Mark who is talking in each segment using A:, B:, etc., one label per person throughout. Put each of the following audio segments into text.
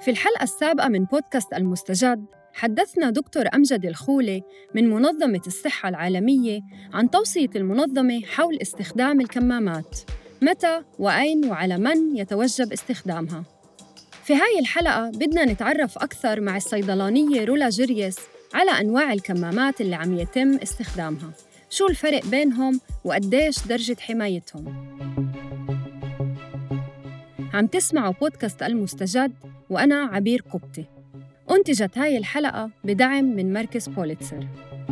A: في الحلقة السابقة من بودكاست المستجد حدثنا دكتور أمجد الخولي من منظمة الصحة العالمية عن توصية المنظمة حول استخدام الكمامات، متى وأين وعلى من يتوجب استخدامها. في هاي الحلقة بدنا نتعرف أكثر مع الصيدلانية رولا جيريس على أنواع الكمامات اللي عم يتم استخدامها، شو الفرق بينهم وقديش درجة حمايتهم. عم تسمعوا بودكاست المستجد وأنا عبير قبطي. أنتجت هاي الحلقة بدعم من مركز بوليتسر.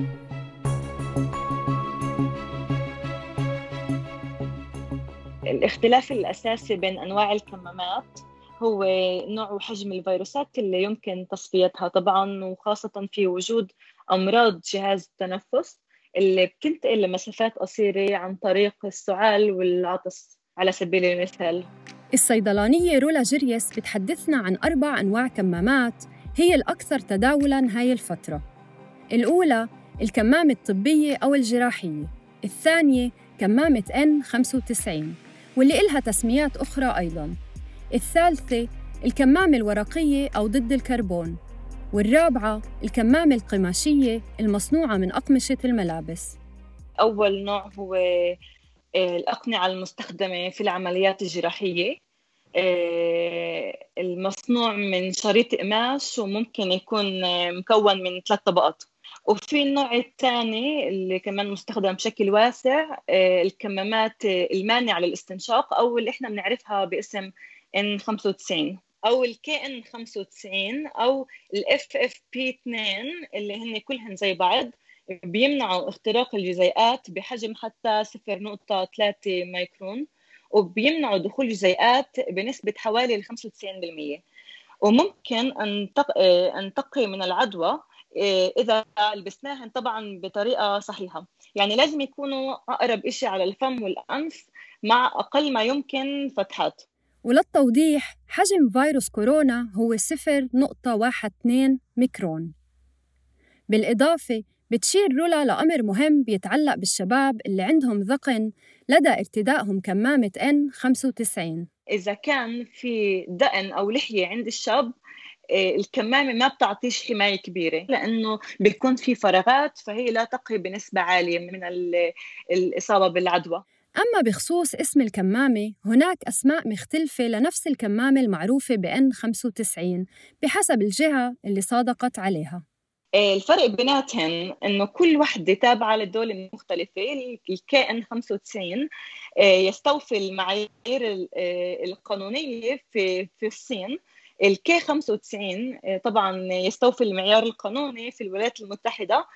B: الاختلاف الأساسي بين أنواع الكمامات هو نوع وحجم الفيروسات اللي يمكن تصفيتها طبعاً، وخاصة في وجود أمراض جهاز التنفس اللي بتنتقل لمسافات قصيرة عن طريق السعال والعطس على سبيل المثال.
A: الصيدلانية رولا جيريس بتحدثنا عن 4 أنواع كمامات هي الأكثر تداولاً هاي الفترة. الأولى الكمامة الطبية أو الجراحية، الثانية كمامة N95 واللي إلها تسميات أخرى أيضاً، الثالثة الكمامة الورقية أو ضد الكربون، والرابعة الكمامة القماشية المصنوعة من أقمشة الملابس.
B: أول نوع هو الأقنعة المستخدمة في العمليات الجراحية، المصنوع من شريط قماش وممكن يكون مكون من 3 طبقات. وفي النوع الثاني اللي كمان مستخدم بشكل واسع، الكمامات المانعة للاستنشاق أو اللي إحنا بنعرفها باسم N95 أو KN95 أو FFP2 اللي هن كلهن زي بعض، بيمنعوا اختراق الجزيئات بحجم حتى 0.3 مايكرون، وبيمنعوا دخول الجزيئات بنسبة حوالي 95%. وممكن أن تقي من العدوى إذا لبسناهن طبعاً بطريقة صحيحة. يعني لازم يكونوا أقرب إشي على الفم والأنف مع أقل ما يمكن فتحات.
A: وللتوضيح، حجم فيروس كورونا هو 0.12 ميكرون. بالإضافة بتشير رولا لأمر مهم بيتعلق بالشباب اللي عندهم ذقن لدى ارتدائهم كمامة N95.
B: إذا كان في دقن أو لحية عند الشاب، الكمامة ما بتعطيش حماية كبيرة لأنه بيكون في فراغات، فهي لا تقي بنسبة عالية من الإصابة بالعدوى.
A: أما بخصوص اسم الكمامة، هناك أسماء مختلفة لنفس الكمامة المعروفة ب N95 بحسب الجهة اللي صادقت عليها.
B: الفرق بيناتهم إنه كل وحدة تابعة للدولة المختلفة. KN95 يستوفي المعايير القانونية في الصين. K95 طبعا يستوفي المعيار القانوني في الولايات المتحدة،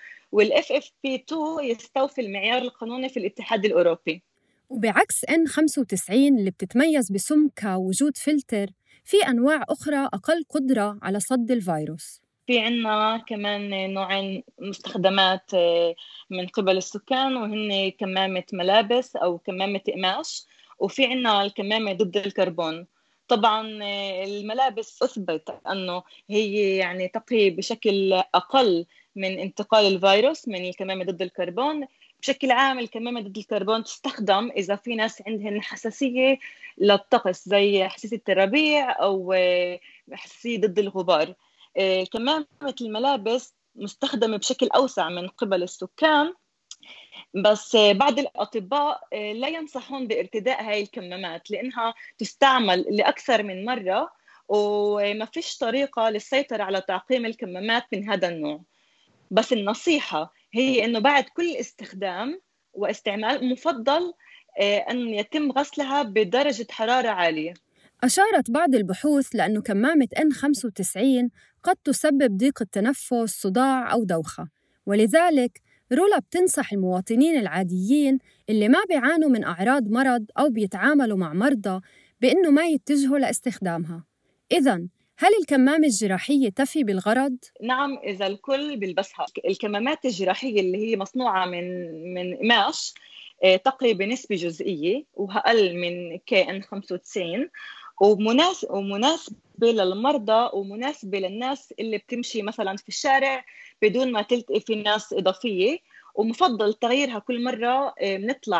B: FFP2 يستوفي المعيار القانوني في الاتحاد الأوروبي.
A: وبعكس N95 اللي بتتميز بسمكها ووجود فلتر، في أنواع أخرى أقل قدرة على صد الفيروس.
B: في عنا كمان نوعين مستخدمات من قبل السكان، وهن كمامة ملابس أو كمامة قماش، وفي عنا الكمامة ضد الكربون. طبعا الملابس أثبت أنه هي يعني تقي بشكل أقل من انتقال الفيروس من الكمامة ضد الكربون. بشكل عام الكمامة ضد الكربون تستخدم إذا في ناس عندهن حساسية للطقس زي حساسية الربيع أو حساسية ضد الغبار. كمامة الملابس مستخدمة بشكل أوسع من قبل السكان، بس بعض الأطباء لا ينصحون بارتداء هاي الكمامات لأنها تستعمل لأكثر من مرة، وما فيش طريقة للسيطرة على تعقيم الكمامات من هذا النوع. بس النصيحة هي أنه بعد كل استخدام واستعمال مفضل أن يتم غسلها بدرجة حرارة عالية.
A: أشارت بعض البحوث لأنه كمامة N95 قد تسبب ضيق التنفس، صداع أو دوخة، ولذلك رولا بتنصح المواطنين العاديين اللي ما بيعانوا من أعراض مرض أو بيتعاملوا مع مرضى بأنه ما يتجهوا لاستخدامها. إذن هل الكمامة الجراحية تفي بالغرض؟
B: نعم، إذا الكل بيلبسها. الكمامات الجراحية اللي هي مصنوعة من قماش تقي بنسبة جزئية وأقل من KN95، ومناسبة للمرضى ومناسبة للناس اللي بتمشي مثلا في الشارع بدون ما تلتقي في ناس إضافية، ومفضل تغييرها كل مرة بنطلع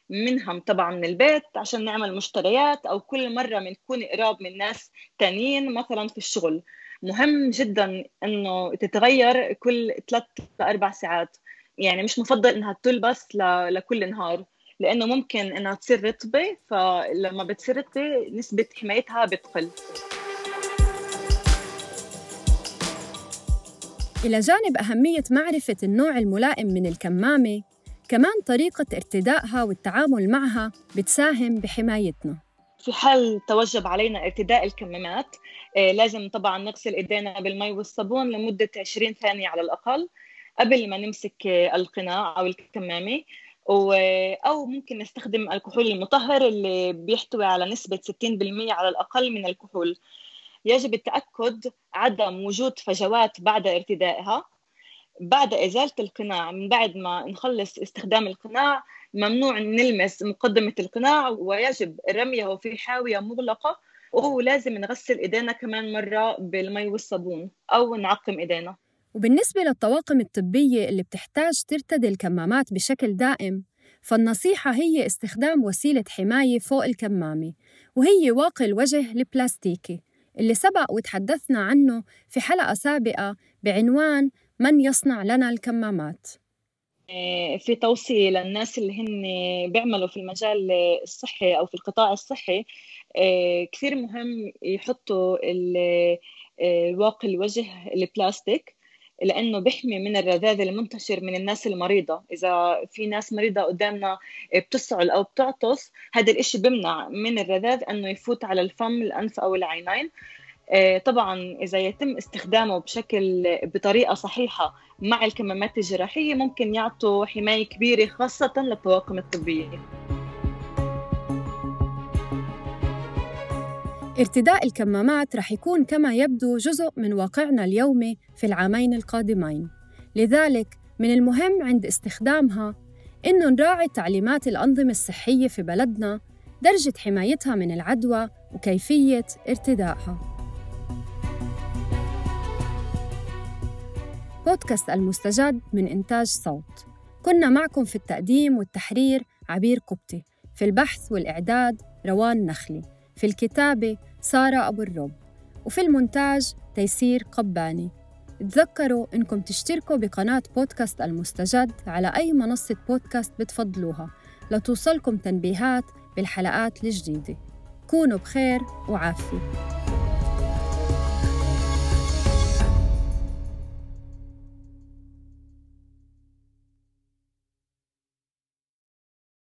B: منها طبعا من البيت عشان نعمل مشتريات، أو كل مرة بنكون قراب من ناس تانيين مثلا في الشغل. مهم جدا إنه تتغير كل 3 ل4 ساعات، يعني مش مفضل إنها تلبس لكل نهار، لأنه ممكن إنها تصير رطبة، فلما بتصير رطبة نسبة حمايتها بتقل.
A: إلى جانب أهمية معرفة النوع الملائم من الكمامة، كمان طريقة ارتدائها والتعامل معها بتساهم بحمايتنا.
B: في حال توجب علينا ارتداء الكمامات، لازم طبعا نغسل ايدينا بالمي والصابون لمدة 20 ثانية على الأقل قبل ما نمسك القناع أو الكمامة، أو ممكن نستخدم الكحول المطهر اللي بيحتوي على نسبة 60% على الأقل من الكحول. يجب التأكد عدم وجود فجوات بعد ارتدائها. بعد إزالة القناع، من بعد ما نخلص استخدام القناع، ممنوع نلمس مقدمة القناع، ويجب رميه في حاوية مغلقة، ولازم نغسل إيدينا كمان مرة بالمي والصابون أو نعقم إيدينا.
A: وبالنسبة للطواقم الطبية اللي بتحتاج ترتدي الكمامات بشكل دائم، فالنصيحة هي استخدام وسيلة حماية فوق الكمامة، وهي واقي الوجه البلاستيكي اللي سبق وتحدثنا عنه في حلقة سابقة بعنوان من يصنع لنا الكمامات.
B: في توصية للناس اللي هن بيعملوا في المجال الصحي أو في القطاع الصحي، كثير مهم يحطوا واقي الوجه البلاستيك، لأنه بيحمي من الرذاذ المنتشر من الناس المريضة. إذا في ناس مريضة قدامنا بتسعل أو بتعطس، هذا الإشي بمنع من الرذاذ أنه يفوت على الفم، الأنف أو العينين. طبعا إذا يتم استخدامه بطريقة صحيحة مع الكمامات الجراحية، ممكن يعطوا حماية كبيرة خاصة للطواقم الطبية.
A: ارتداء الكمامات رح يكون كما يبدو جزء من واقعنا اليومي في العامين القادمين، لذلك من المهم عند استخدامها إنه نراعي تعليمات الأنظمة الصحية في بلدنا، درجة حمايتها من العدوى وكيفية ارتدائها. بودكاست المستجد من إنتاج صوت، كنا معكم في التقديم والتحرير عبير قبطي، في البحث والإعداد روان نخلي، في الكتابة سارة أبو الرب، وفي المونتاج تيسير قباني. تذكروا إنكم تشتركوا بقناة بودكاست المستجد على أي منصة بودكاست بتفضلوها لتوصلكم تنبيهات بالحلقات الجديدة. كونوا بخير وعافية.